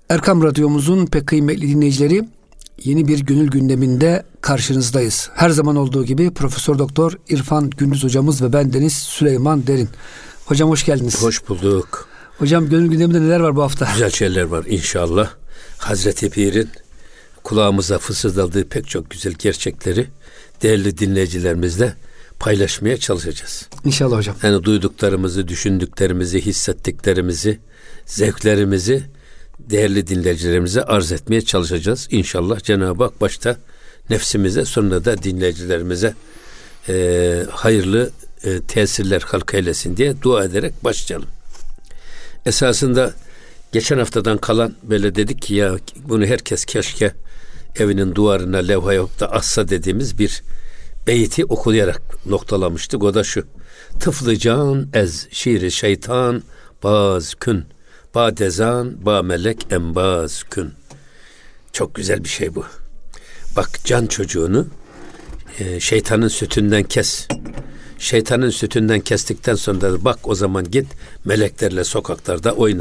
Erkam Radyomuzun pek kıymetli dinleyicileri, yeni bir gönül gündeminde karşınızdayız. Her zaman olduğu gibi Profesör Doktor İrfan Gündüz hocamız ve bendeniz Süleyman Derin. Hocam hoş geldiniz. Hoş bulduk. Hocam gönül gündeminde neler var bu hafta? Güzel şeyler var inşallah. Hazreti Pir'in kulağımıza fısıldadığı pek çok güzel gerçekleri değerli dinleyicilerimizle paylaşmaya çalışacağız. İnşallah hocam. Yani duyduklarımızı, düşündüklerimizi, hissettiklerimizi, zevklerimizi değerli dinleyicilerimize arz etmeye çalışacağız. İnşallah Cenab-ı Hak başta nefsimize, sonra da dinleyicilerimize hayırlı tesirler halk eylesin diye dua ederek başlayalım. Esasında geçen haftadan kalan, böyle dedik ki ya bunu herkes keşke evinin duvarına levha yapıp da assa dediğimiz bir beyti okuyarak noktalamıştık. O da şu: tıflı can ez şiiri şeytan baz kün, ba dezan ba melek embaz kün. Çok güzel bir şey bu. Bak, can çocuğunu şeytanın sütünden kes. Şeytanın sütünden kestikten sonra da bak, o zaman git meleklerle sokaklarda oyna.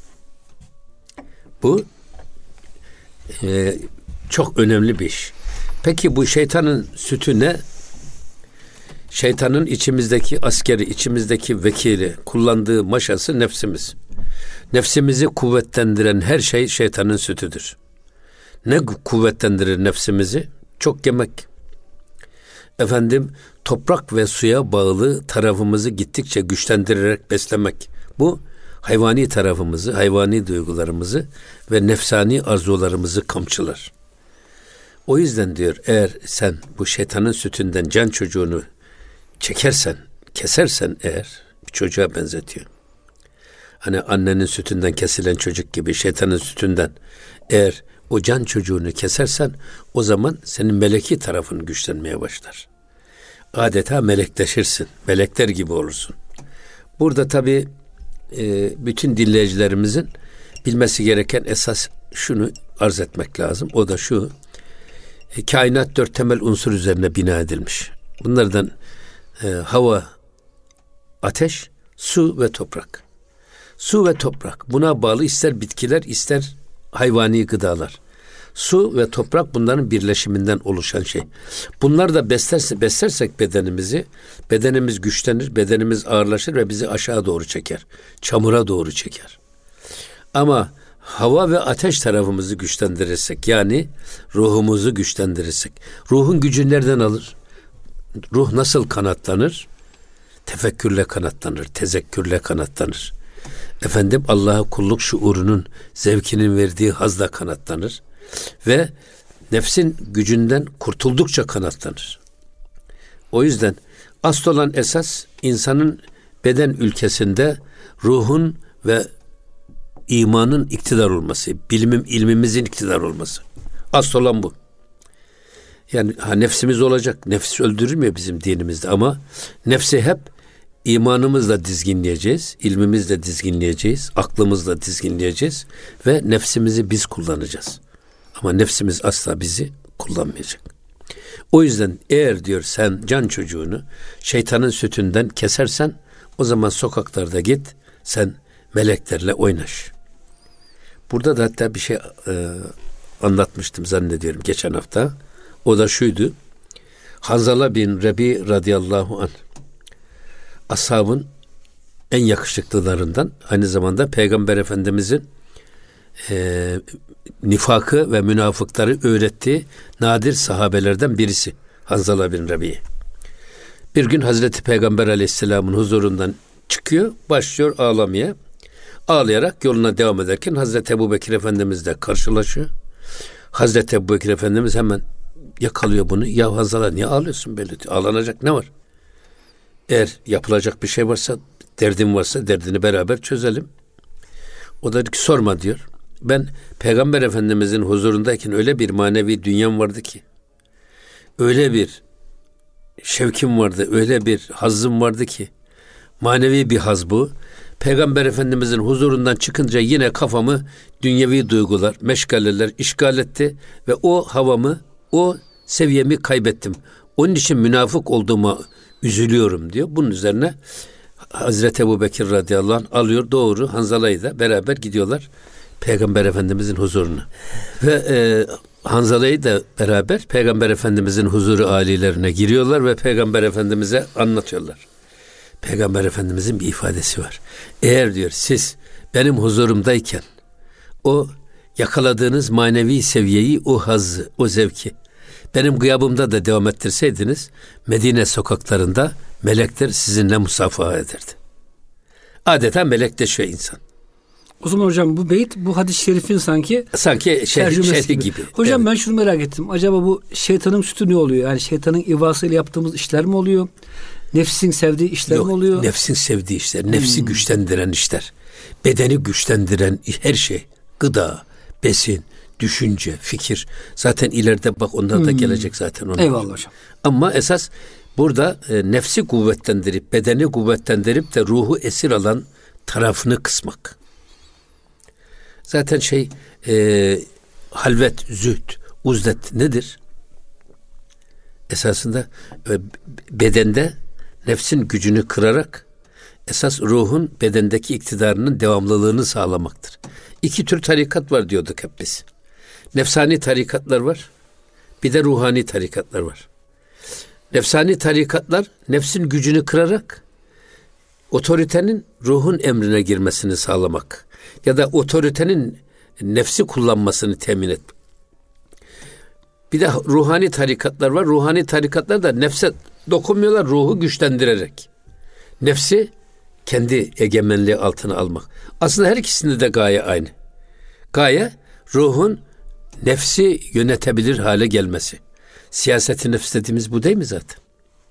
Bu çok önemli bir iş. Peki bu şeytanın sütü ne? Şeytanın içimizdeki askeri, içimizdeki vekili, kullandığı maşası nefsimiz. Nefsimizi kuvvetlendiren her şey şeytanın sütüdür. Ne kuvvetlendirir nefsimizi? Çok yemek. Toprak ve suya bağlı tarafımızı gittikçe güçlendirerek beslemek. Bu hayvani tarafımızı, hayvani duygularımızı ve nefsani arzularımızı kamçılar. O yüzden diyor, eğer sen bu şeytanın sütünden can çocuğunu çekersen, kesersen, eğer bir çocuğa benzetiyor. Hani annenin sütünden kesilen çocuk gibi şeytanın sütünden eğer o can çocuğunu kesersen, o zaman senin meleki tarafın güçlenmeye başlar. Adeta melekleşirsin. Melekler gibi olursun. Burada tabii bütün dinleyicilerimizin bilmesi gereken esas şunu arz etmek lazım. O da şu: kainat 4 temel unsur üzerine bina edilmiş. Bunlardan hava, ateş, su ve toprak. Su ve toprak. Buna bağlı ister bitkiler, ister hayvani gıdalar. Su ve toprak bunların birleşiminden oluşan şey. Bunlar da beslersek bedenimiz güçlenir, bedenimiz ağırlaşır ve bizi aşağı doğru çeker. Çamura doğru çeker. Ama hava ve ateş tarafımızı güçlendirirsek, yani ruhumuzu güçlendirirsek, ruhun gücü nereden alır? Ruh nasıl kanatlanır? Tefekkürle kanatlanır, tezekkürle kanatlanır. Allah'a kulluk şuurunun, zevkinin verdiği hazla kanatlanır ve nefsin gücünden kurtuldukça kanatlanır. O yüzden asıl olan esas insanın beden ülkesinde ruhun ve imanın iktidar olması, ilmimizin iktidar olması. Asıl olan bu. Yani nefsimiz olacak. Nefs öldürülmüyor bizim dinimizde ama nefsi hep İmanımızla dizginleyeceğiz, ilmimizle dizginleyeceğiz, aklımızla dizginleyeceğiz ve nefsimizi biz kullanacağız. Ama nefsimiz asla bizi kullanmayacak. O yüzden eğer diyor sen can çocuğunu şeytanın sütünden kesersen, o zaman sokaklarda git, sen meleklerle oynaş. Burada da hatta bir şey anlatmıştım zannediyorum geçen hafta. O da şuydu: Hanzala bin Rebi radıyallahu anh, ashabın en yakışıklılarından, aynı zamanda Peygamber Efendimizin nifakı ve münafıkları öğrettiği nadir sahabelerden birisi Hanzala bin Rebi. Bir gün Hazreti Peygamber Aleyhisselam'ın huzurundan çıkıyor, başlıyor ağlamaya. Ağlayarak yoluna devam ederken Hazreti Ebubekir Efendimizle karşılaşıyor. Hazreti Ebubekir Efendimiz hemen yakalıyor bunu. Ya Hanzala, niye ağlıyorsun böyle? Ağlanacak ne var? Eğer yapılacak bir şey varsa, derdin varsa derdini beraber çözelim. O da diyor ki sorma diyor. Ben Peygamber Efendimizin huzurundayken öyle bir manevi dünyam vardı ki, öyle bir şevkim vardı, öyle bir hazzım vardı ki, manevi bir haz bu. Peygamber Efendimizin huzurundan çıkınca yine kafamı dünyevi duygular, meşgaleler işgal etti ve o havamı, o seviyemi kaybettim. Onun için münafık olduğuma üzülüyorum diyor. Bunun üzerine Hazreti Ebubekir radıyallahu anh alıyor, doğru Hanzala'yı da beraber gidiyorlar. Peygamber Efendimizin huzuruna. Ve Hanzala'yı da beraber Peygamber Efendimizin huzuru âlilerine giriyorlar ve Peygamber Efendimiz'e anlatıyorlar. Peygamber Efendimizin bir ifadesi var. Eğer diyor siz benim huzurumdayken o yakaladığınız manevi seviyeyi, o hazzı, o zevki benim gıyabımda da devam ettirseydiniz, Medine sokaklarında melekler sizinle musafaha ederdi. Adeta melekleşiyor insan. O zaman hocam bu beyit bu hadis-i şerifin sanki şerhi gibi. Hocam evet. Ben şunu merak ettim. Acaba bu şeytanın sütü ne oluyor? Yani şeytanın ivasıyla yaptığımız işler mi oluyor? Nefsin sevdiği işler mi oluyor? Yok, nefsin sevdiği işler, nefsi güçlendiren işler. Bedeni güçlendiren her şey. Gıda, besin, düşünce, fikir. Zaten ileride bak onlar da gelecek zaten. Onlar. Eyvallah hocam. Ama esas burada nefsi kuvvetlendirip, bedeni kuvvetlendirip de ruhu esir alan tarafını kısmak. Zaten halvet, zühd, uzlet nedir? Esasında bedende nefsin gücünü kırarak esas ruhun bedendeki iktidarının devamlılığını sağlamaktır. 2 tür tarikat var diyorduk hep biz. Nefsani tarikatlar var. Bir de ruhani tarikatlar var. Nefsani tarikatlar nefsin gücünü kırarak otoritenin ruhun emrine girmesini sağlamak ya da otoritenin nefsi kullanmasını temin etmek. Bir de ruhani tarikatlar var. Ruhani tarikatlar da nefse dokunmuyorlar, ruhu güçlendirerek. Nefsi kendi egemenliği altına almak. Aslında her ikisinde de gaye aynı. Gaye ruhun nefsi yönetebilir hale gelmesi. Siyaseti nefs dediğimiz bu değil mi zaten?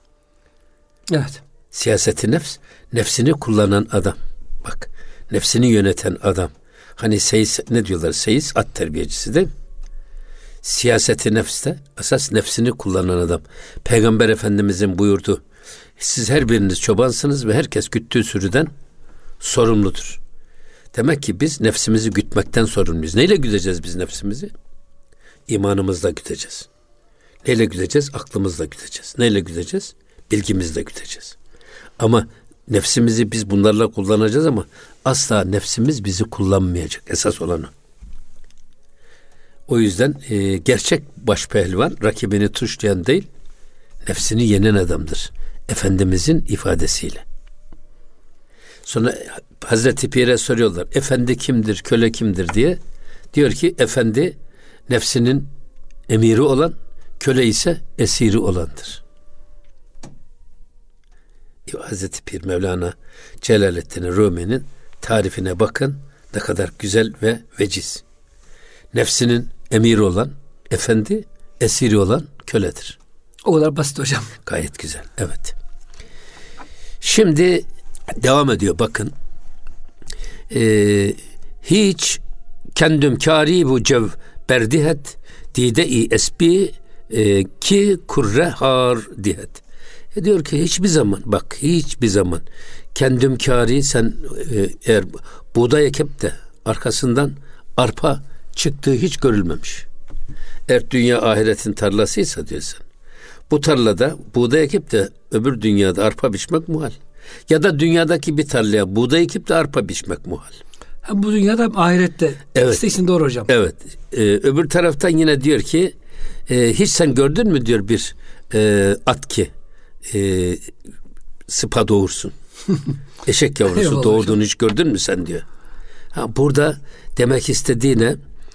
Evet. Siyaseti nefs, nefsini kullanan adam. Bak, nefsini yöneten adam. Hani seyis, ne diyorlar? Seyis at terbiyecisi değil mi? Siyaseti nefste esas nefsini kullanan adam. Peygamber Efendimizin buyurduğu, siz her biriniz çobansınız ve herkes güttüğü sürüden sorumludur. Demek ki biz nefsimizi gütmekten sorumluyuz. Neyle güdeceğiz biz nefsimizi? İmanımızla güdeceğiz. Neyle güdeceğiz? Aklımızla güdeceğiz. Neyle güdeceğiz? Bilgimizle güdeceğiz. Ama nefsimizi biz bunlarla kullanacağız ama asla nefsimiz bizi kullanmayacak. Esas olan o. O yüzden gerçek başpehlivan rakibini tuşlayan değil, nefsini yenen adamdır. Efendimizin ifadesiyle. Sonra Hazreti Pir'e soruyorlar, efendi kimdir, köle kimdir diye. Diyor ki, efendi nefsinin emiri olan, köle ise esiri olandır. Hazreti Pir Mevlana Celaleddin Rumi'nin tarifine bakın, ne kadar güzel ve veciz. Nefsinin emiri olan efendi, esiri olan köledir. O kadar basit hocam. Gayet güzel, evet. Şimdi devam ediyor, bakın. Hiç kendüm kâri bu cev berdihet dide-i esbi ki kurre har dihet. Diyor ki hiçbir zaman, bak hiçbir zaman kendüm kâri, sen eğer buğday ekip de arkasından arpa çıktığı hiç görülmemiş. Eğer dünya ahiretin tarlasıysa diyorsun, bu tarlada buğday ekip de öbür dünyada arpa biçmek muhal. Ya da dünyadaki bir tarlaya buğday ekip de arpa biçmek muhal. Hem bu dünyada hem ahirette. Evet. İkisi doğru hocam. Evet. Öbür taraftan yine diyor ki hiç sen gördün mü diyor bir at ki sıpa doğursun. Eşek yavrusu doğurduğunu hiç gördün mü sen diyor. Burada demek istediğine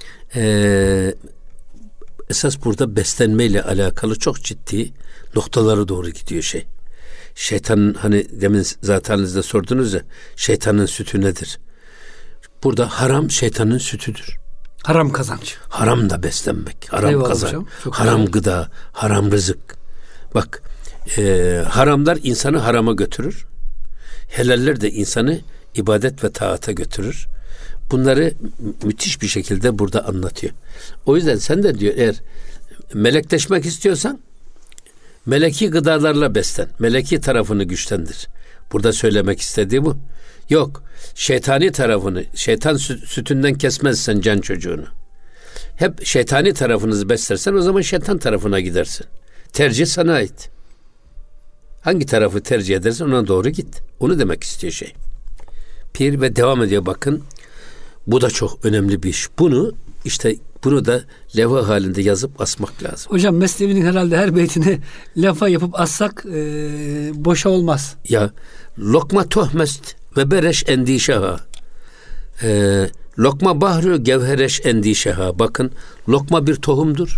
esas burada beslenmeyle alakalı çok ciddi noktalara doğru gidiyor şey. Şeytanın, hani demin zaten halinizde sordunuz ya, şeytanın sütü nedir? Burada haram şeytanın sütüdür. Haram kazanç. Haram da beslenmek, haram eyvallah kazanç, hocam, haram güzel. Gıda, haram rızık. Bak haramlar insanı harama götürür. Helaller de insanı ibadet ve taata götürür. Bunları müthiş bir şekilde burada anlatıyor. O yüzden sen de diyor, eğer melekleşmek istiyorsan meleki gıdalarla beslen. Meleki tarafını güçlendir. Burada söylemek istediği bu. Yok, şeytani tarafını, şeytan sütünden kesmezsen can çocuğunu. Hep şeytani tarafınızı beslersen o zaman şeytan tarafına gidersin. Tercih sana ait. Hangi tarafı tercih edersen ona doğru git. Onu demek istiyor şey. Pir ve devam ediyor, bakın. Bu da çok önemli bir iş. Bunu da levha halinde yazıp asmak lazım. Hocam Mesnevi'nin herhalde her beytini levha yapıp assak boşa olmaz. Ya lokma tohmest ve bereş endişeha. Lokma bahru gevhereş endişeha. Bakın, lokma bir tohumdur.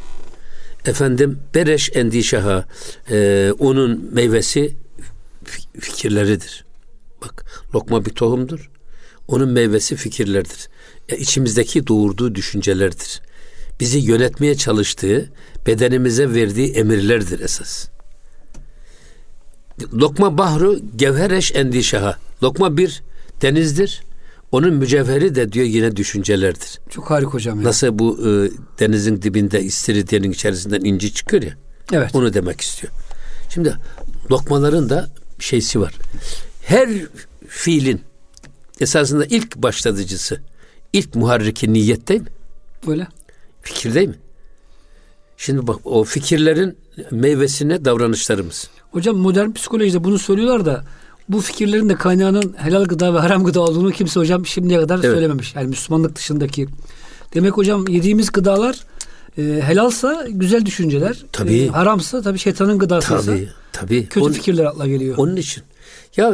Bereş endişeha. Onun meyvesi fikirleridir. Bak, lokma bir tohumdur. Onun meyvesi fikirlerdir. İçimizdeki doğurduğu düşüncelerdir. Bizi yönetmeye çalıştığı, bedenimize verdiği emirlerdir esas. Lokma bahru gevhereş endişeha. Lokma bir denizdir. Onun mücevheri de diyor yine düşüncelerdir. Çok harika hocam. Ya. Nasıl bu denizin dibinde istiridyenin içerisinden inci çıkıyor ya. Evet. Onu demek istiyor. Şimdi lokmaların da şeysi var. Her fiilin esasında ilk başlatıcısı, ilk muharriki niyet değil mi? Böyle. Fikir değil mi? Şimdi bak, o fikirlerin meyvesine davranışlarımız. Hocam modern psikolojide bunu söylüyorlar da bu fikirlerin de kaynağının helal gıda ve haram gıda olduğunu kimse hocam şimdiye kadar söylememiş. Yani Müslümanlık dışındaki. Demek hocam yediğimiz gıdalar helalsa güzel düşünceler. Tabii. Haramsa tabii şeytanın gıdasıysa tabii. Kötü fikirler akla geliyor. Onun için. Ya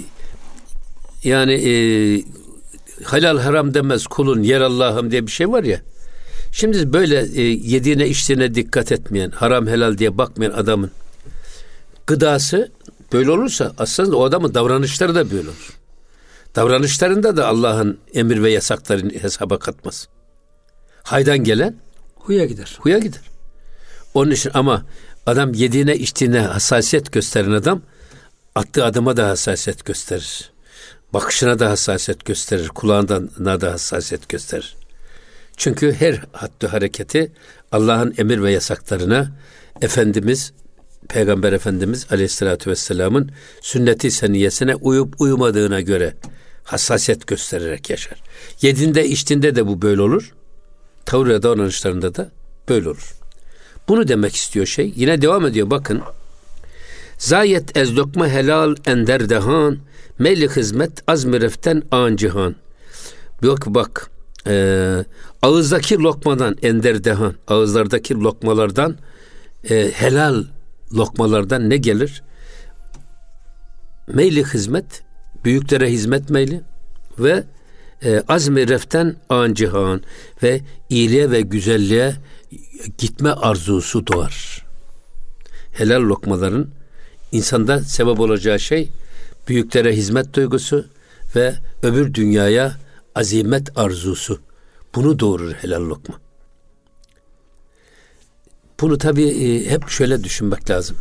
helal haram demez kulun yer Allah'ım diye bir şey var ya. Şimdi böyle yediğine içtiğine dikkat etmeyen, haram helal diye bakmayan adamın gıdası böyle olursa aslında o adamın davranışları da böyle olur. Davranışlarında da Allah'ın emir ve yasaklarını hesaba katmaz. Haydan gelen huya gider. Onun için ama adam yediğine içtiğine hassasiyet gösteren adam attığı adıma da hassasiyet gösterir. Bakışına da hassasiyet gösterir. Kulağına da hassasiyet gösterir. Çünkü her haddü hareketi Allah'ın emir ve yasaklarına Peygamber Efendimiz Aleyhisselatü Vesselam'ın sünnet-i seniyyesine uyup uyumadığına göre hassasiyet göstererek yaşar. Yediğinde içtiğinde de bu böyle olur. Tavır ve davranışlarında da böyle olur. Bunu demek istiyor Yine devam ediyor bakın. Zayet ez lokma helal ender dehan, meyli hizmet azmireften ancihan. Bak, ağızdaki lokmadan ender dehan, ağızlardaki lokmalardan helal lokmalardan ne gelir? Meyli hizmet, büyüklere hizmet meyli ve azmi reften ancihan ve iyiliğe ve güzelliğe gitme arzusu doğar. Helal lokmaların insanda sebep olacağı şey büyüklere hizmet duygusu ve öbür dünyaya azimet arzusu. Bunu doğurur helal lokma. Bunu tabii hep şöyle düşünmek lazım.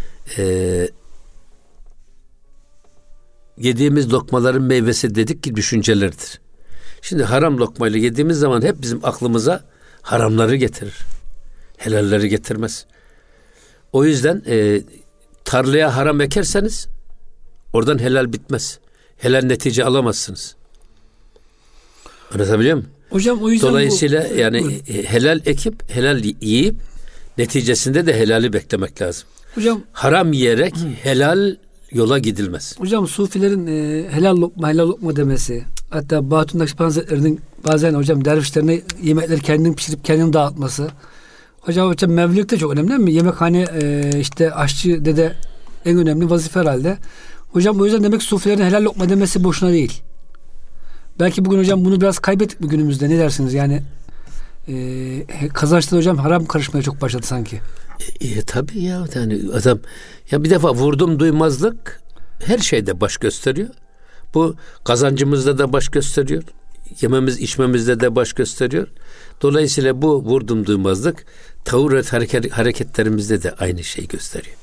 Yediğimiz lokmaların meyvesi dedik ki düşüncelerdir. Şimdi haram lokmayla yediğimiz zaman hep bizim aklımıza haramları getirir. Helalleri getirmez. O yüzden tarlaya haram ekerseniz oradan helal bitmez. Helal netice alamazsınız. Anlatabiliyor muyum? Hocam o yüzden dolayısıyla helal ekip helal yiyip neticesinde de helali beklemek lazım. Hocam haram yiyerek helal yola gidilmez. Hocam sufilerin helal lokma demesi, hatta Bahattin Nakşibend Hazretleri'nin bazen hocam dervişlerine yemekleri kendini pişirip kendini dağıtması. Hocam mevlüt de çok önemli değil mi? Yemekhane aşçı dede en önemli vazife herhalde. Hocam o yüzden demek sufilerin helal lokma demesi boşuna değil. Belki bugün hocam bunu biraz kaybettik mi günümüzde? Ne dersiniz? Yani kazançta hocam haram karışmaya çok başladı sanki. Tabii ya. Yani adam bir defa vurdum duymazlık her şeyde baş gösteriyor. Bu kazancımızda da baş gösteriyor. Yememiz içmemizde de baş gösteriyor. Dolayısıyla bu vurdum duymazlık tavır ve hareketlerimizde de aynı şeyi gösteriyor.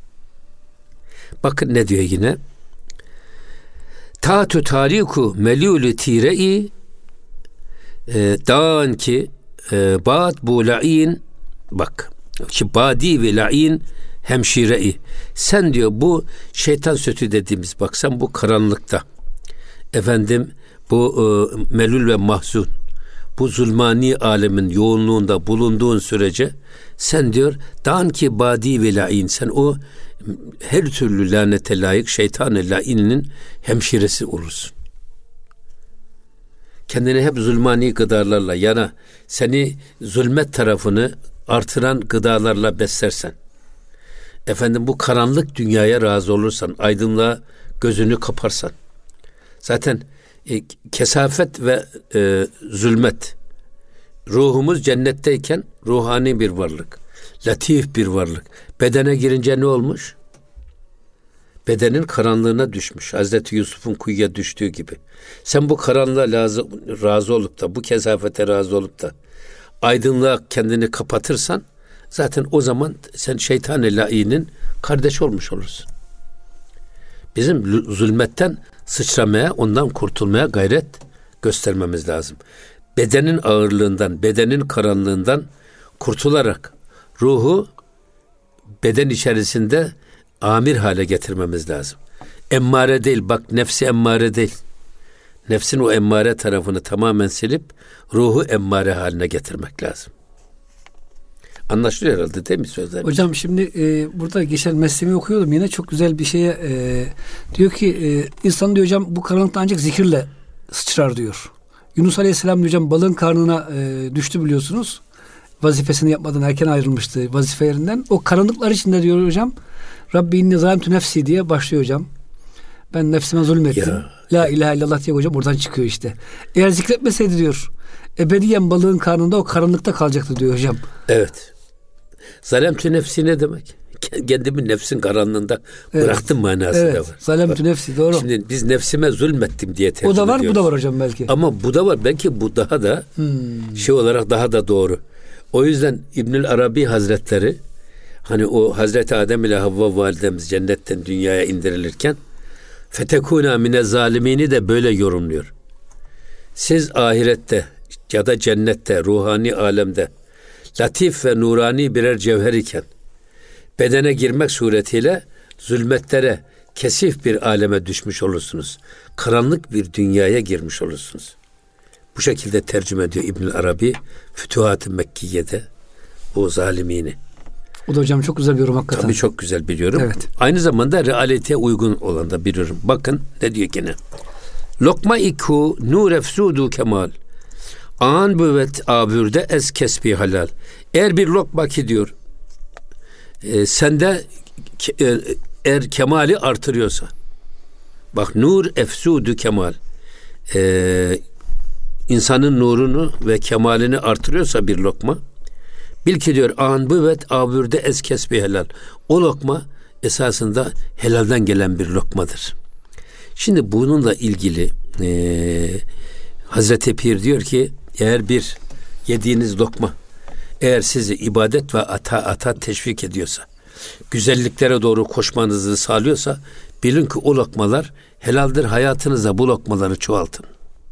Bakın ne diyor yine? Ta'tu tariku melûlü tirei dağın ki bad bu la'in bu badi ve la'in hemşirei. Sen diyor bu şeytan sötü dediğimiz sen bu karanlıkta bu melul ve mahzun bu zulmani alemin yoğunluğunda bulunduğun sürece sen diyor dağın ki badi ve la'in sen o her türlü lanete layık şeytan-ı la'inin hemşiresi olursun. kendini hep zulmani gıdalarla, yani seni zulmet tarafını artıran gıdalarla beslersen, efendim bu karanlık dünyaya razı olursan, aydınlığa gözünü kaparsan, zaten kesafet ve zulmet, ruhumuz cennetteyken ruhani bir varlık, latif bir varlık. Bedene girince ne olmuş? Bedenin karanlığına düşmüş. Hazreti Yusuf'un kuyuya düştüğü gibi. Sen bu karanlığa razı olup da, bu kesafete razı olup da aydınlığa kendini kapatırsan, zaten o zaman sen şeytan-ı la'inin kardeş olmuş olursun. Bizim zulmetten sıçramaya, ondan kurtulmaya gayret göstermemiz lazım. Bedenin ağırlığından, bedenin karanlığından kurtularak ruhu beden içerisinde amir hale getirmemiz lazım. Emmare değil, bak nefsi emmare değil. Nefsin o emmare tarafını tamamen silip ruhu emmare haline getirmek lazım. Anlaşılıyor herhalde değil mi sözler? Hocam şimdi burada geçen mesleğimi okuyordum. Yine çok güzel bir şeye diyor ki insan diyor hocam bu karanlıkta ancak zikirle sıçrar diyor. Yunus Aleyhisselam diyor hocam balığın karnına düştü biliyorsunuz. Vazifesini yapmadan erken ayrılmıştı vazife yerinden. O karanlıklar içinde diyor hocam Rabbi inni zalimtu nefsi diye başlıyor hocam. Ben nefsime zulmettim. Ya. La ilahe illallah diye hocam oradan çıkıyor işte. Eğer zikretmeseydi diyor ebediyen balığın karnında o karanlıkta kalacaktı diyor hocam. Evet. Zalemtü nefsi ne demek? Kendimi nefsin karanlığında bıraktım manası da var. Zalemtü nefsi doğru. Şimdi biz nefsime zulmettim diye tercüme ediyoruz. O da var, bu da var hocam belki. Ama bu da var. Belki bu daha da şey olarak daha da doğru. O yüzden İbnül Arabi Hazretleri hani o Hazreti Adem ile Havva validemiz cennetten dünyaya indirilirken fetekuna mine zalimini de böyle yorumluyor. Siz ahirette ya da cennette, ruhani alemde latif ve nurani birer cevher iken bedene girmek suretiyle zulmetlere, kesif bir aleme düşmüş olursunuz. Karanlık bir dünyaya girmiş olursunuz. Bu şekilde tercüme ediyor İbnül Arabi Fütuhat-ı Mekkiye'de o zalimini. O da hocam çok güzel bir yorum hakikaten. Tabii çok güzel biliyorum. Evet. Aynı zamanda realiteye uygun olan da bir yorum. Bakın ne diyor gene. Lokma iku nur efsudu kemal. An büvet abürde ez kesbi halal. Eğer bir lokma ki diyor sende eğer kemali artırıyorsa, bak nur efsudu kemal, insanın nurunu ve kemalini artırıyorsa bir lokma, bil ki diyor an büvet abürde ez kesbi helal. O lokma esasında helalden gelen bir lokmadır. Şimdi bununla ilgili Hazreti Pir diyor ki eğer bir yediğiniz lokma eğer sizi ibadet ve ata teşvik ediyorsa, güzelliklere doğru koşmanızı sağlıyorsa, bilin ki o lokmalar helaldir. Hayatınızda bu lokmaları çoğaltın.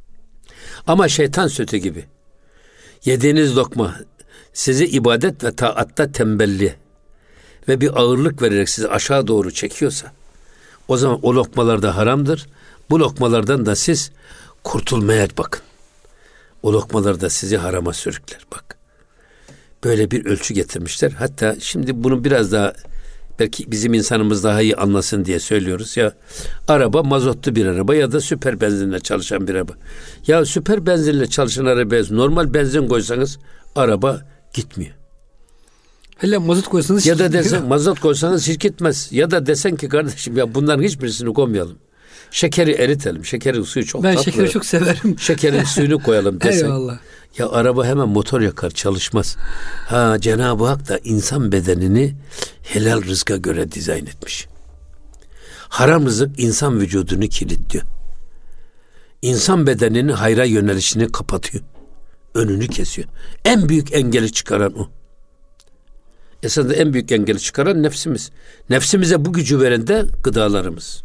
Ama şeytan sütü gibi yediğiniz lokma sizi ibadet ve taatta tembelliğe ve bir ağırlık vererek sizi aşağı doğru çekiyorsa, o zaman o lokmalar da haramdır. Bu lokmalardan da siz kurtulmaya bakın. O lokmalar da sizi harama sürükler. Bak. Böyle bir ölçü getirmişler. Hatta şimdi bunu biraz daha belki bizim insanımız daha iyi anlasın diye söylüyoruz. Ya araba mazotlu bir araba ya da süper benzinle çalışan bir araba. Ya süper benzinle çalışan arabaya normal benzin koysanız araba gitmiyor. Hele mazot koysanız ya da desen mazot koysanız hiç gitmez. Ya da desen ki kardeşim ya bunların hiçbirisini koymayalım. Şekeri eritelim. Şekerin suyu çok tatlı. Ben şekeri çok severim. Şekerin suyunu koyalım desen. Eyvallah. Ya araba hemen motor yakar, çalışmaz. Cenab-ı Hak da insan bedenini helal rızka göre dizayn etmiş. Haram rızık insan vücudunu kilitliyor. İnsan bedeninin hayra yönelişini kapatıyor. Önünü kesiyor. En büyük engeli çıkaran o. Esasında en büyük engeli çıkaran nefsimiz. Nefsimize bu gücü veren de gıdalarımız.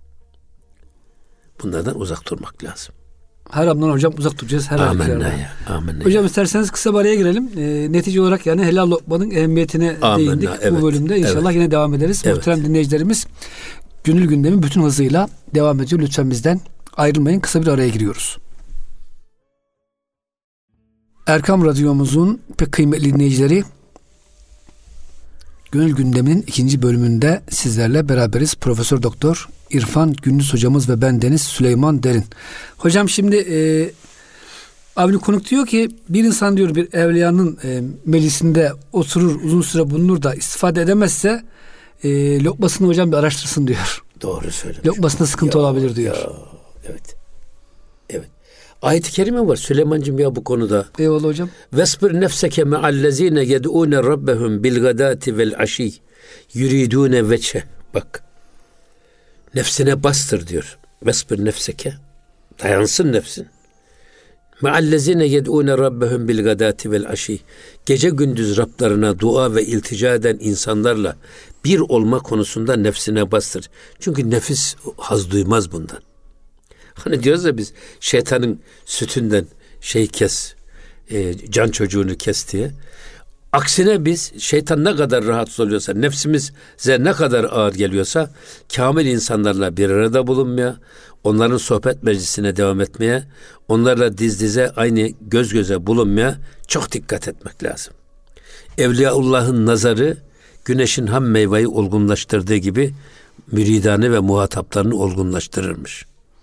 Bunlardan uzak durmak lazım. Haramdan hocam uzak duracağız. Amenna. Hocam isterseniz kısa bir araya girelim. Netice olarak yani helal lokmanın ehemmiyetine değindik bu bölümde. İnşallah yine devam ederiz. Muhterem dinleyicilerimiz, Gönül Gündemi bütün hızıyla devam ediyor. Lütfen bizden ayrılmayın. Kısa bir araya giriyoruz. Erkam Radyomuzun pek kıymetli dinleyicileri, Gönül Gündemi'nin 2. bölümünde sizlerle beraberiz. Profesör Doktor İrfan Gündüz hocamız ve ben Deniz Süleyman Derin. Hocam şimdi Avni Konuk diyor ki bir insan diyor bir evliyanın meclisinde oturur uzun süre bulunur da istifade edemezse lokmasını hocam bir araştırsın diyor. Doğru söylemiş. Lokmasında sıkıntı olabilir diyor. Ya, evet. Evet. Ayet-i kerime var Süleymancığım ya bu konuda. Eyvallah hocam. Vesbir nefseke me'allezine yed'une rabbehum bil gadati vel aşi yuridune veçhe. Bak. Nefsine bastır diyor. Vesbir nefseke. Dayansın nefsin. Me'allezine yed'une rabbehum bil gadati vel aşi. Gece gündüz Rablarına dua ve iltica eden insanlarla bir olma konusunda nefsine bastır. Çünkü nefis haz duymaz bundan. Hani diyoruz ya biz şeytanın sütünden kes, can çocuğunu kes diye. Aksine biz şeytan ne kadar rahatsız oluyorsa, nefsimize ne kadar ağır geliyorsa kamil insanlarla bir arada bulunmaya, onların sohbet meclisine devam etmeye, onlarla diz dize aynı göz göze bulunmaya çok dikkat etmek lazım. Evliyaullah'ın nazarı güneşin ham meyveyi olgunlaştırdığı gibi müridane ve muhataplarını olgunlaştırırmış.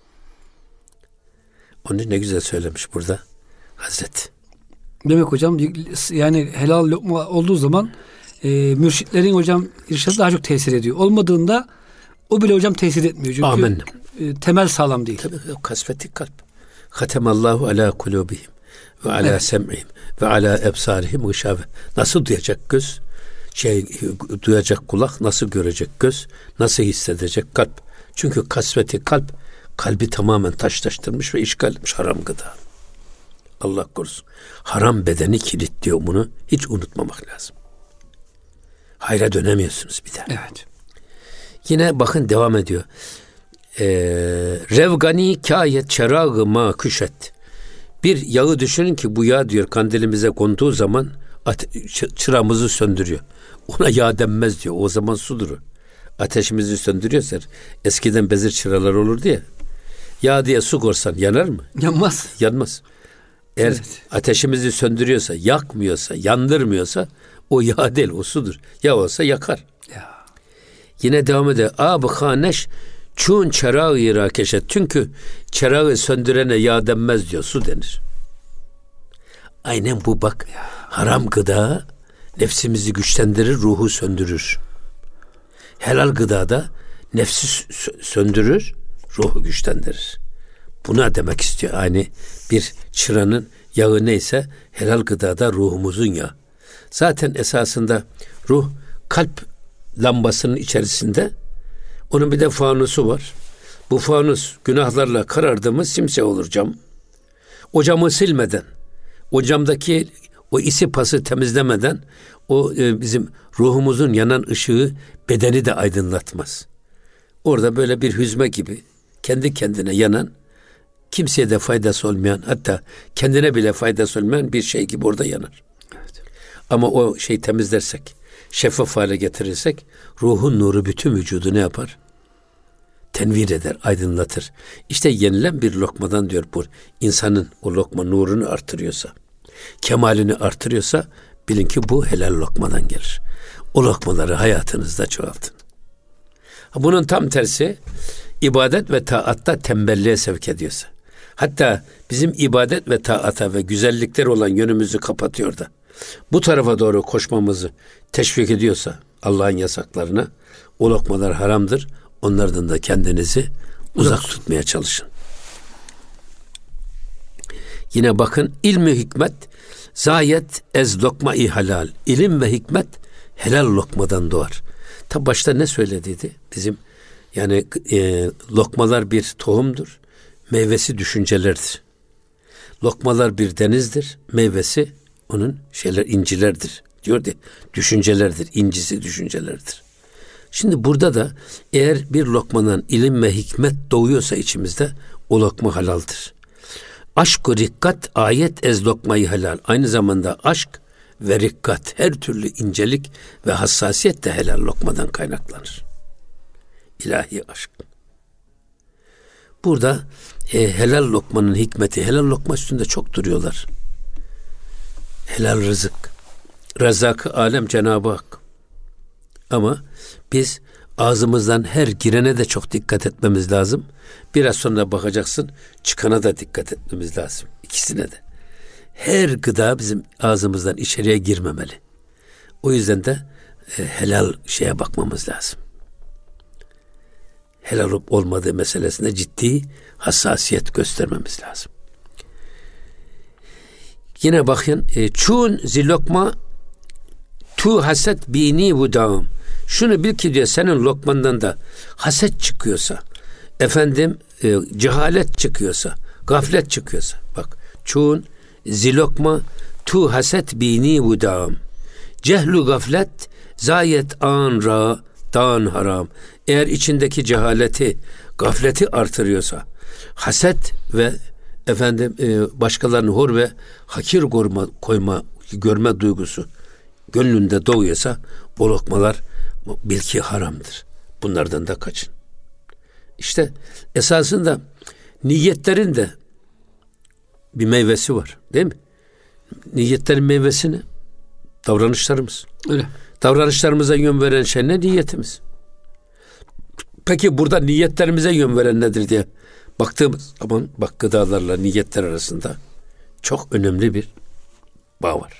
Onu ne güzel söylemiş burada Hazreti. Demek hocam yani helal lokma olduğu zaman mürşitlerin hocam irşadı daha çok tesir ediyor. Olmadığında o bile hocam tesir etmiyor. Çünkü Amenna. Temel sağlam değil. Tabii kasveti kalp. Hatemallahu ala kulubihim ve ala sem'ihim ve ala ebsarihim gışave. Nasıl duyacak göz? Duyacak kulak, nasıl görecek göz? Nasıl hissedecek kalp? Çünkü kasveti kalbi tamamen taşlaştırmış ve işgal etmiş haram gıda. Allah korusun. Haram bedeni kilitliyor bunu. Hiç unutmamak lazım. Hayra dönemiyorsunuz bir daha. Evet. Yine bakın devam ediyor. Revgani kâyet çerâgı mâ küşet. Bir yağı düşünün ki bu yağ diyor kandilimize konduğu zaman çıramızı söndürüyor. Ona yağ denmez diyor. O zaman sudur o. Ateşimizi söndürüyorsa eskiden bezir çıralar olurdu ya. Yağ diye su korsan yanar mı? Yanmaz. Yanmaz. Eğer ateşimizi söndürüyorsa, yakmıyorsa, yandırmıyorsa o yağ değil, o sudur. Yağ olsa yakar. Ya. Yine devam ediyor. Ab-ı haneş çun çerağı rakeşet. Çünkü çerağı söndürene yağ denmez diyor, su denir. Aynen bu bak. Ya. Haram gıda nefsimizi güçlendirir, ruhu söndürür. Helal gıdada nefsi söndürür, ruhu güçlendirir. Buna demek istiyor. Aynı bir çıranın yağı neyse helal gıdada ruhumuzun yağı. Zaten esasında ruh kalp lambasının içerisinde onun bir de fanusu var. Bu fanus günahlarla karardı mı simsiyah olur cam. O camı silmeden, o camdaki o isi pası temizlemeden o bizim ruhumuzun yanan ışığı bedeni de aydınlatmaz. Orada böyle bir hüzme gibi kendi kendine yanan, kimseye de faydası olmayan, hatta kendine bile faydası olmayan bir şey gibi orada yanar. Evet. Ama o şeyi temizlersek, şeffaf hale getirirsek, ruhun nuru bütün vücudu ne yapar? Tenvir eder, aydınlatır. İşte yenilen bir lokmadan diyor bu, insanın o lokma nurunu artırıyorsa, kemalini artırıyorsa, bilin ki bu helal lokmadan gelir. O lokmaları hayatınızda çoğaltın. Bunun tam tersi, ibadet ve taatta tembelliğe sevk ediyorsa, hatta bizim ibadet ve taata ve güzellikler olan yönümüzü kapatıyor da, bu tarafa doğru koşmamızı teşvik ediyorsa Allah'ın yasaklarına, o lokmalar haramdır, onlardan da kendinizi uzak tutmaya çalışın. Yine bakın, ilmi hikmet zayet ez lokma-i halal. İlim ve hikmet helal lokmadan doğar. Ta başta ne söylediydi? Bizim yani lokmalar bir tohumdur, meyvesi düşüncelerdir. Lokmalar bir denizdir, meyvesi onun incilerdir. Diyor diye, düşüncelerdir, incisi düşüncelerdir. Şimdi burada da eğer bir lokmadan ilim ve hikmet doğuyorsa içimizde, o lokma halaldir. Aşk-ı rikkat ayet ez lokmayı helal. Aynı zamanda aşk ve rikkat, her türlü incelik ve hassasiyet de helal lokmadan kaynaklanır. İlahi aşk. Burada helal lokmanın hikmeti, helal lokma üstünde çok duruyorlar. Helal rızık. Rezzak-ı alem Cenab-ı Hak. Ama biz ağzımızdan her girene de çok dikkat etmemiz lazım. Biraz sonra bakacaksın, çıkana da dikkat etmemiz lazım. İkisine de. her gıda bizim ağzımızdan içeriye girmemeli. O yüzden de helal şeye bakmamız lazım. Helal olup olmadığı meselesinde ciddi hassasiyet göstermemiz lazım. Yine bakın, çun zilokma tu haset bini vudam. Şunu bil ki diyor, senin lokmandan da haset çıkıyorsa, cehalet çıkıyorsa, gaflet çıkıyorsa, bak, çun zilokma tu haset bini vudam. Cehlu gaflet zayet an ra dan haram. Eğer içindeki cehaleti, gafleti artırıyorsa, haset ve başkalarını hor ve hakir görme duygusu gönlünde doğuyorsa, o lokmalar bil ki haramdır. Bunlardan da kaçın. İşte esasında niyetlerin de bir meyvesi var, değil mi? Niyetlerin meyvesi ne? Davranışlarımız. Öyle. Davranışlarımıza yön veren şey ne? Niyetimiz. Peki burada niyetlerimize yön veren nedir diye baktığımız zaman, bak, gıdalarla niyetler arasında çok önemli bir bağ var.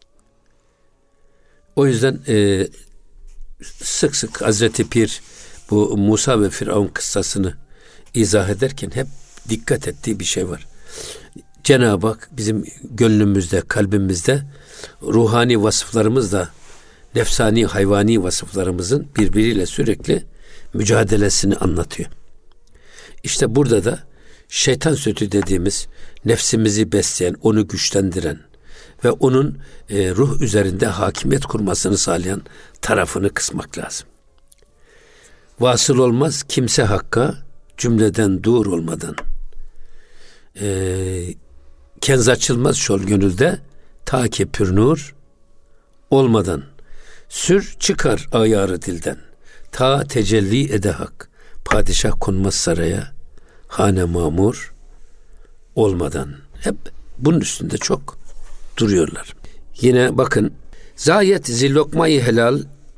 O yüzden sık sık Hazreti Pir bu Musa ve Firavun kıssasını izah ederken hep dikkat ettiği bir şey var. Cenab-ı Hak bizim gönlümüzde, kalbimizde ruhani vasıflarımızla nefsani, hayvani vasıflarımızın birbiriyle sürekli mücadelesini anlatıyor. İşte burada da şeytan sütü dediğimiz, nefsimizi besleyen, onu güçlendiren ve onun ruh üzerinde hakimiyet kurmasını sağlayan tarafını kısmak lazım. Vasıl olmaz kimse hakka, cümleden dur olmadan. Kenz açılmaz şol gönülde, ta ki pür nur olmadan. Sür çıkar ayarı dilden, ta tecelli ede hak. Padişah konmaz saraya, hane mamur olmadan. Hep bunun üstünde çok duruyorlar. Yine bakın, zayet zillokmayı helal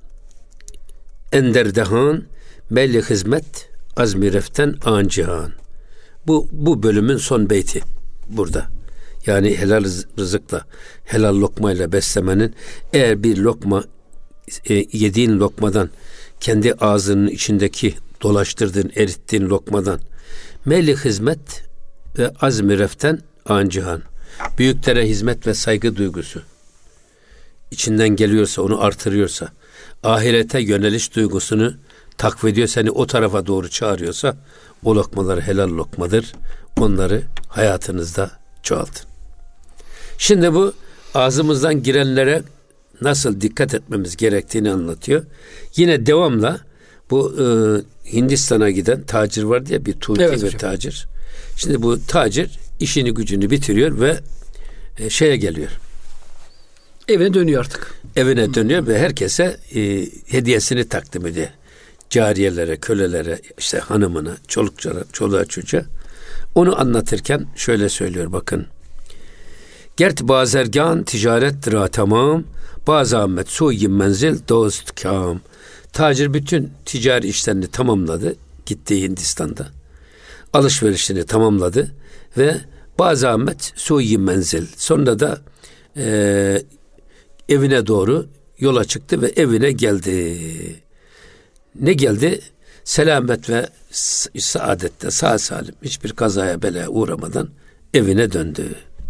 ender dehan belli hizmet azmi reften an cihan. Bu bölümün son beyti burada. Yani helal rızıkla, helal lokmayla beslemenin, eğer bir lokma yediğin lokmadan, kendi ağzının içindeki dolaştırdığın, erittiğin lokmadan melli hizmet ve azmi reften an cihan, büyüklere hizmet ve saygı duygusu içinden geliyorsa, onu artırıyorsa, ahirete yöneliş duygusunu takviye ediyor, seni o tarafa doğru çağırıyorsa, o lokmalar helal lokmadır. Onları hayatınızda çoğaltın. Şimdi bu ağzımızdan girenlere nasıl dikkat etmemiz gerektiğini anlatıyor. Yine devamla bu Hindistan'a giden tacir vardı ya, bir Tuti, evet, ve tacir. Şimdi bu tacir işini gücünü bitiriyor ve şeye geliyor. Evine dönüyor artık. Evine dönüyor ve herkese hediyesini takdim ediyor. Cariyelere, kölelere, işte hanımına, çoluğa çocuğa. Onu anlatırken şöyle söylüyor, bakın. Gert bazergan ticarettir tamam, bazı ahmet suyi menzil dost kam. Tacir bütün ticari işlerini tamamladı, gitti Hindistan'da. Alışverişini tamamladı ve bazı ahmet suyi menzil. Sonra da evine doğru yola çıktı ve evine geldi. Ne geldi? Selamet ve saadette, sağ salim, hiçbir kazaya belaya uğramadan evine döndü.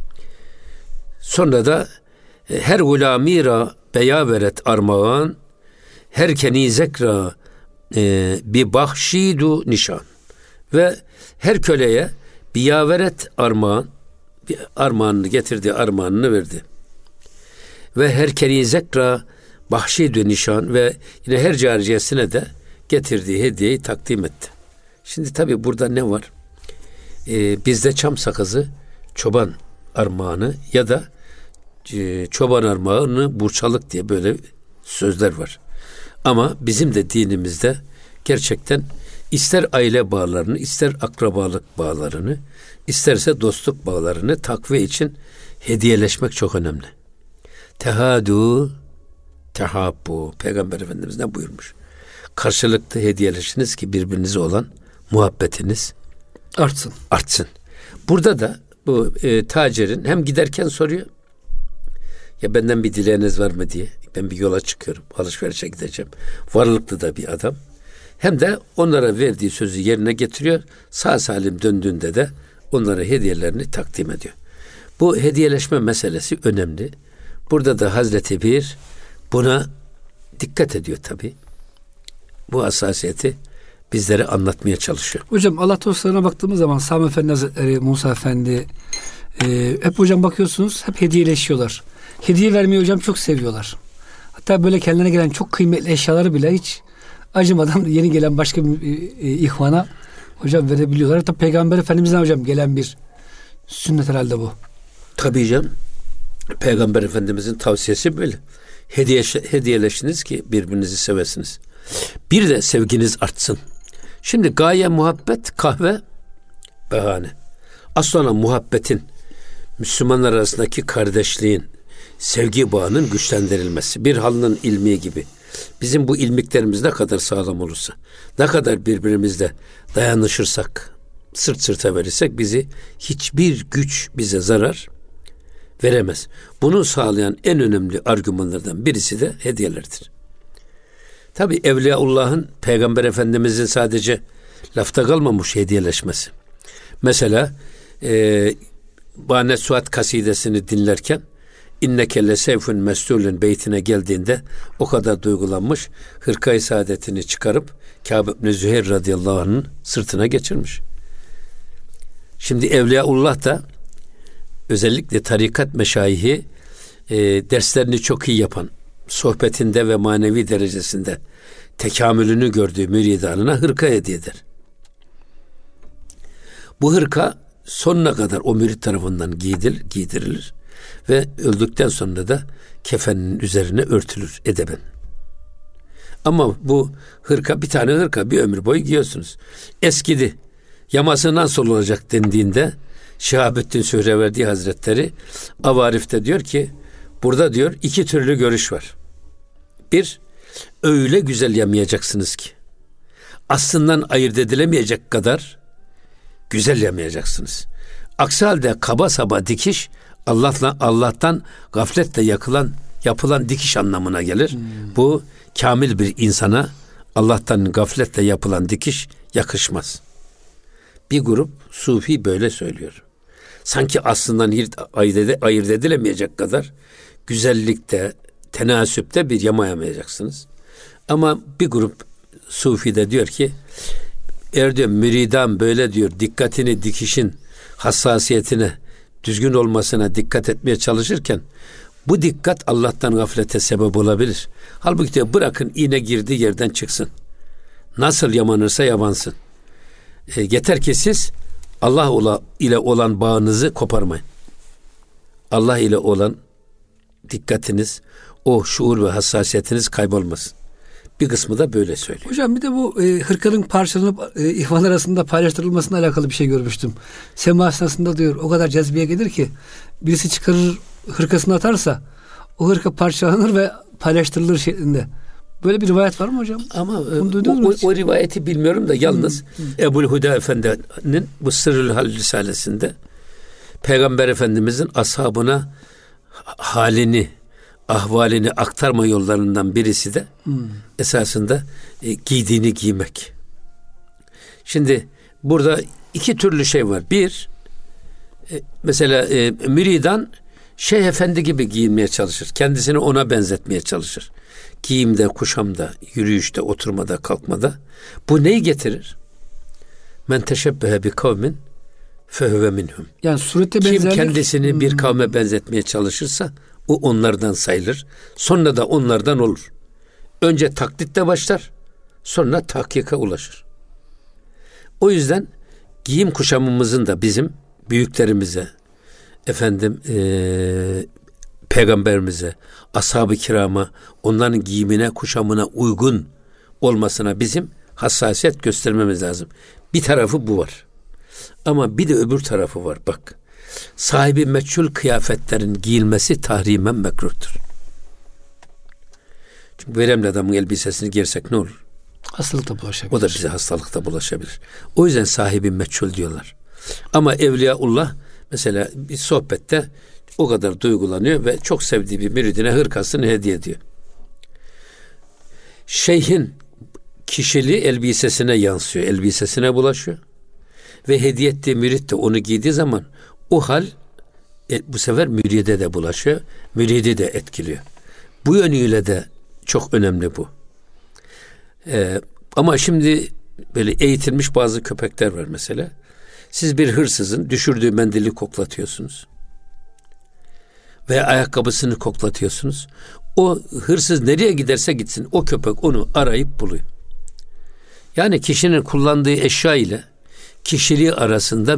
Sonra da her gulamira beyaveret armağan, her kenizekra bi bahşidu nişan. Ve her köleye biyaveret armağan, bir armağanını getirdi, armağanını verdi. Ve her kenizekra bahşidu nişan, ve yine her cariyesine de getirdiği hediyeyi takdim etti. Şimdi tabii burada ne var? Bizde çam sakızı çoban armağanı ya da çoban armağanı burçalık diye böyle sözler var. Ama bizim de dinimizde gerçekten ister aile bağlarını, ister akrabalık bağlarını, isterse dostluk bağlarını takviye için hediyeleşmek çok önemli. Tehadu tehabbu. Peygamber Efendimiz ne buyurmuş? Karşılıklı hediyeleşiniz ki birbirinize olan muhabbetiniz artsın. Artsın. Burada da bu tacirin hem giderken soruyor, ya benden bir dileğiniz var mı diye. Ben bir yola çıkıyorum, alışverişe gideceğim. Varlıklı da bir adam. Hem de onlara verdiği sözü yerine getiriyor. Sağ salim döndüğünde de onlara hediyelerini takdim ediyor. Bu hediyeleşme meselesi önemli. Burada da Hazreti Bir buna dikkat ediyor tabii. Bu hassasiyeti bizlere anlatmaya çalışıyor. Hocam Allah dostlarına baktığımız zaman Sami Efendi Hazretleri, Musa Efendi hep hocam bakıyorsunuz hep hediyeleşiyorlar. Hediye vermeyi hocam çok seviyorlar. Hatta böyle kendilerine gelen çok kıymetli eşyaları bile hiç acımadan yeni gelen başka bir ihvana hocam verebiliyorlar. Hatta Peygamber Efendimiz'den hocam gelen bir sünnet herhalde bu. Tabii canım. Peygamber Efendimiz'in tavsiyesi böyle. Hediyeleşiniz ki birbirinizi sevesiniz. Bir de sevginiz artsın. Şimdi gaye muhabbet, kahve bahane. Aslında muhabbetin, Müslümanlar arasındaki kardeşliğin, sevgi bağının güçlendirilmesi. Bir halının ilmi gibi. Bizim bu ilmiklerimiz ne kadar sağlam olursa, ne kadar birbirimizle dayanışırsak, sırt sırta verirsek bizi hiçbir güç bize zarar veremez. Bunu sağlayan en önemli argümanlardan birisi de hediyelerdir. Tabi Evliyaullah'ın Peygamber Efendimizin sadece lafta kalmamış hediyeleşmesi. Mesela Bane Suat kasidesini dinlerken İnneke lesevfün mesulün beytine geldiğinde o kadar duygulanmış, hırka-i saadetini çıkarıp Kâb ibn Züheyr radıyallahu anh'ın sırtına geçirmiş. Şimdi Evliyaullah da özellikle tarikat meşayihi derslerini çok iyi yapan, sohbetinde ve manevi derecesinde tekamülünü gördüğü müridanına hırka hediye eder. Bu hırka sonuna kadar o mürit tarafından giydirilir ve öldükten sonra da kefenin üzerine örtülür edeben. Ama bu hırka, bir tane hırka bir ömür boyu giyiyorsunuz. Eskidi, yaması nasıl olacak dendiğinde Şihabettin Sühreverdi Hazretleri Avarif'te diyor ki, burada diyor 2 türlü görüş var. Bir, öyle güzel yamayacaksınız ki aslından ayırt edilemeyecek kadar güzel yamayacaksınız. Aksi halde kaba saba dikiş Allah'tan gafletle yapılan dikiş anlamına gelir. Bu kamil bir insana Allah'tan gafletle yapılan dikiş yakışmaz. Bir grup sufi böyle söylüyor. Sanki aslından ayırt edilemeyecek kadar güzellikte, tenasüpte bir yamayamayacaksınız. Ama bir grup sufi de diyor ki, eğer diyor müridan böyle diyor dikkatini dikişin hassasiyetine, düzgün olmasına dikkat etmeye çalışırken bu dikkat Allah'tan gaflete sebep olabilir. Halbuki diyor bırakın iğne girdiği yerden çıksın. Nasıl yamanırsa yamansın. Yeter ki siz Allah ile olan bağınızı koparmayın. Allah ile olan dikkatiniz, o şuur ve hassasiyetiniz kaybolmasın. Bir kısmı da böyle söylüyor. Hocam bir de bu hırkanın parçalanıp ihvan arasında paylaştırılmasına alakalı bir şey görmüştüm. Sema esnasında diyor o kadar cezbeye gelir ki birisi çıkarır hırkasını atarsa o hırka parçalanır ve paylaştırılır şeklinde. Böyle bir rivayet var mı hocam? Ama o rivayeti bilmiyorum da yalnız Ebu'l-Huda Efendi'nin bu Sırrül Hal Risalesinde Peygamber Efendimizin ashabına halini, ahvalini aktarma yollarından birisi de esasında giydiğini giymek. Şimdi burada 2 türlü şey var. Bir, mesela müridan Şeyh Efendi gibi giyinmeye çalışır. Kendisini ona benzetmeye çalışır. Giyimde, kuşamda, yürüyüşte, oturmada, kalkmada. Bu neyi getirir? Men teşebbehe bi kavmin fehuve minhum. Yani surette kim benzerlik, kendisini bir kavme benzetmeye çalışırsa o onlardan sayılır. Sonra da onlardan olur. Önce taklitle başlar, sonra tahkika ulaşır. O yüzden giyim kuşamımızın da bizim büyüklerimize, peygamberimize, ashab-ı kirama, onların giyimine, kuşamına uygun olmasına bizim hassasiyet göstermemiz lazım. Bir tarafı bu var. Ama bir de öbür tarafı var. Bak, sahibi meçhul kıyafetlerin giyilmesi tahrimen mekruhtur. Çünkü veremli adamın elbisesini giyersek ne olur? Hastalıkta bulaşabilir. O da bize hastalıkta bulaşabilir. O yüzden sahibi meçhul diyorlar. Ama Evliyaullah Mesela bir sohbette o kadar duygulanıyor ve çok sevdiği bir müridine hırkasını hediye ediyor. Şeyhin kişiliği elbisesine yansıyor, elbisesine bulaşıyor. Ve hediye ettiği mürit de onu giydiği zaman o hal bu sefer müride de bulaşıyor, müridi de etkiliyor. Bu yönüyle de çok önemli bu. Ama şimdi böyle eğitilmiş bazı köpekler var mesela. Siz bir hırsızın düşürdüğü mendili koklatıyorsunuz. Veya ayakkabısını koklatıyorsunuz. O hırsız nereye giderse gitsin o köpek onu arayıp buluyor. Yani kişinin kullandığı eşya ile kişiliği arasında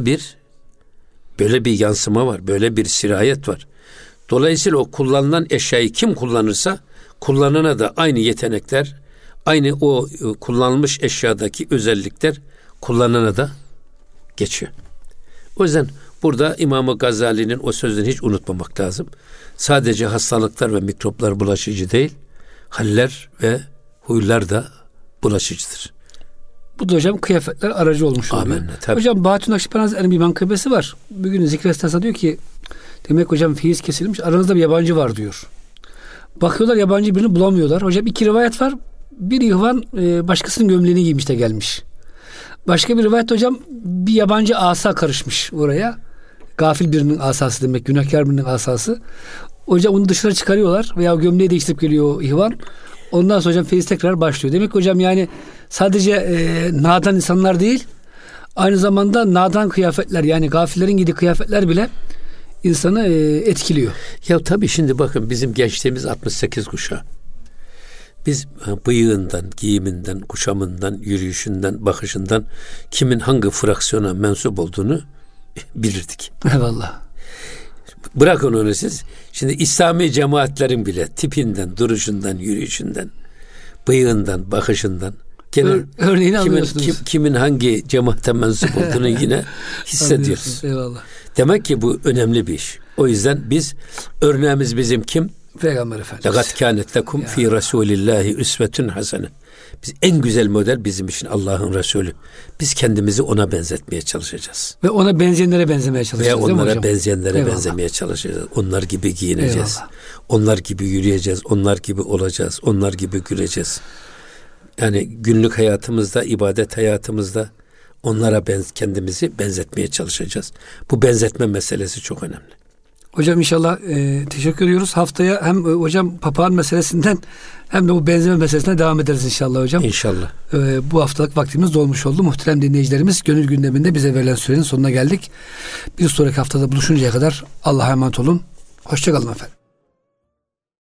böyle bir yansıma var. Böyle bir sirayet var. Dolayısıyla o kullanılan eşyayı kim kullanırsa kullanana da aynı yetenekler, aynı o kullanılmış eşyadaki özellikler kullanana da geçiyor. O yüzden burada İmam-ı Gazali'nin o sözünü hiç unutmamak lazım. Sadece hastalıklar ve mikroplar bulaşıcı değil, haller ve huylar da bulaşıcıdır. Bu da hocam kıyafetler aracı olmuş oluyor. Amenna, tabii. Hocam Bahattin Nakşibendi'nin bir menkıbesi var. Bugün zikri esnasında diyor ki demek hocam feyiz kesilmiş, aranızda bir yabancı var diyor. Bakıyorlar yabancı birini bulamıyorlar. Hocam 2 rivayet var. Bir ihvan başkasının gömleğini giymiş de gelmiş. Başka bir rivayet hocam bir yabancı asa karışmış oraya. Gafil birinin asası demek, günahkar birinin asası. Hocam onu dışarı çıkarıyorlar veya gömleği değiştirip geliyor o ihvan. Ondan sonra hocam feyiz tekrar başlıyor. Demek ki hocam yani sadece nadan insanlar değil, aynı zamanda nadan kıyafetler, yani gafillerin giydiği kıyafetler bile insanı etkiliyor. Ya tabii şimdi bakın bizim gençliğimiz 68 kuşağı. Biz bıyığından, giyiminden, kuşamından, yürüyüşünden, bakışından kimin hangi fraksiyona mensup olduğunu bilirdik. Eyvallah. Bırakın onu siz. Şimdi İslami cemaatlerin bile tipinden, duruşundan, yürüyüşünden, bıyığından, bakışından örneğini alıyorsunuz. Kimin hangi cemaate mensup olduğunu yine hissediyoruz. Eyvallah. Demek ki bu önemli bir iş. O yüzden biz örneğimiz bizim kim? Peygamber Efendimiz. لَقَدْ كَانَتْ لَكُمْ ف۪ي رَسُولِ اللّٰهِ üsvetun hasene. Biz en güzel model bizim için Allah'ın Resulü. Biz kendimizi ona benzetmeye çalışacağız. Ve ona benzeyenlere benzemeye çalışacağız. Ve onlara benzeyenlere benzemeye çalışacağız. Onlar gibi giyineceğiz. Eyvallah. Onlar gibi yürüyeceğiz. Onlar gibi olacağız. Onlar gibi güleceğiz. Yani günlük hayatımızda, ibadet hayatımızda onlara kendimizi benzetmeye çalışacağız. Bu benzetme meselesi çok önemli. Hocam inşallah teşekkür ediyoruz. Haftaya hem hocam papağan meselesinden hem de bu benzeme meselesine devam ederiz inşallah hocam. İnşallah. Bu haftalık vaktimiz dolmuş oldu. Muhterem dinleyicilerimiz, Gönül Gündemi'nde bize verilen sürenin sonuna geldik. Bir sonraki haftada buluşuncaya kadar Allah'a emanet olun. Hoşça kalın efendim.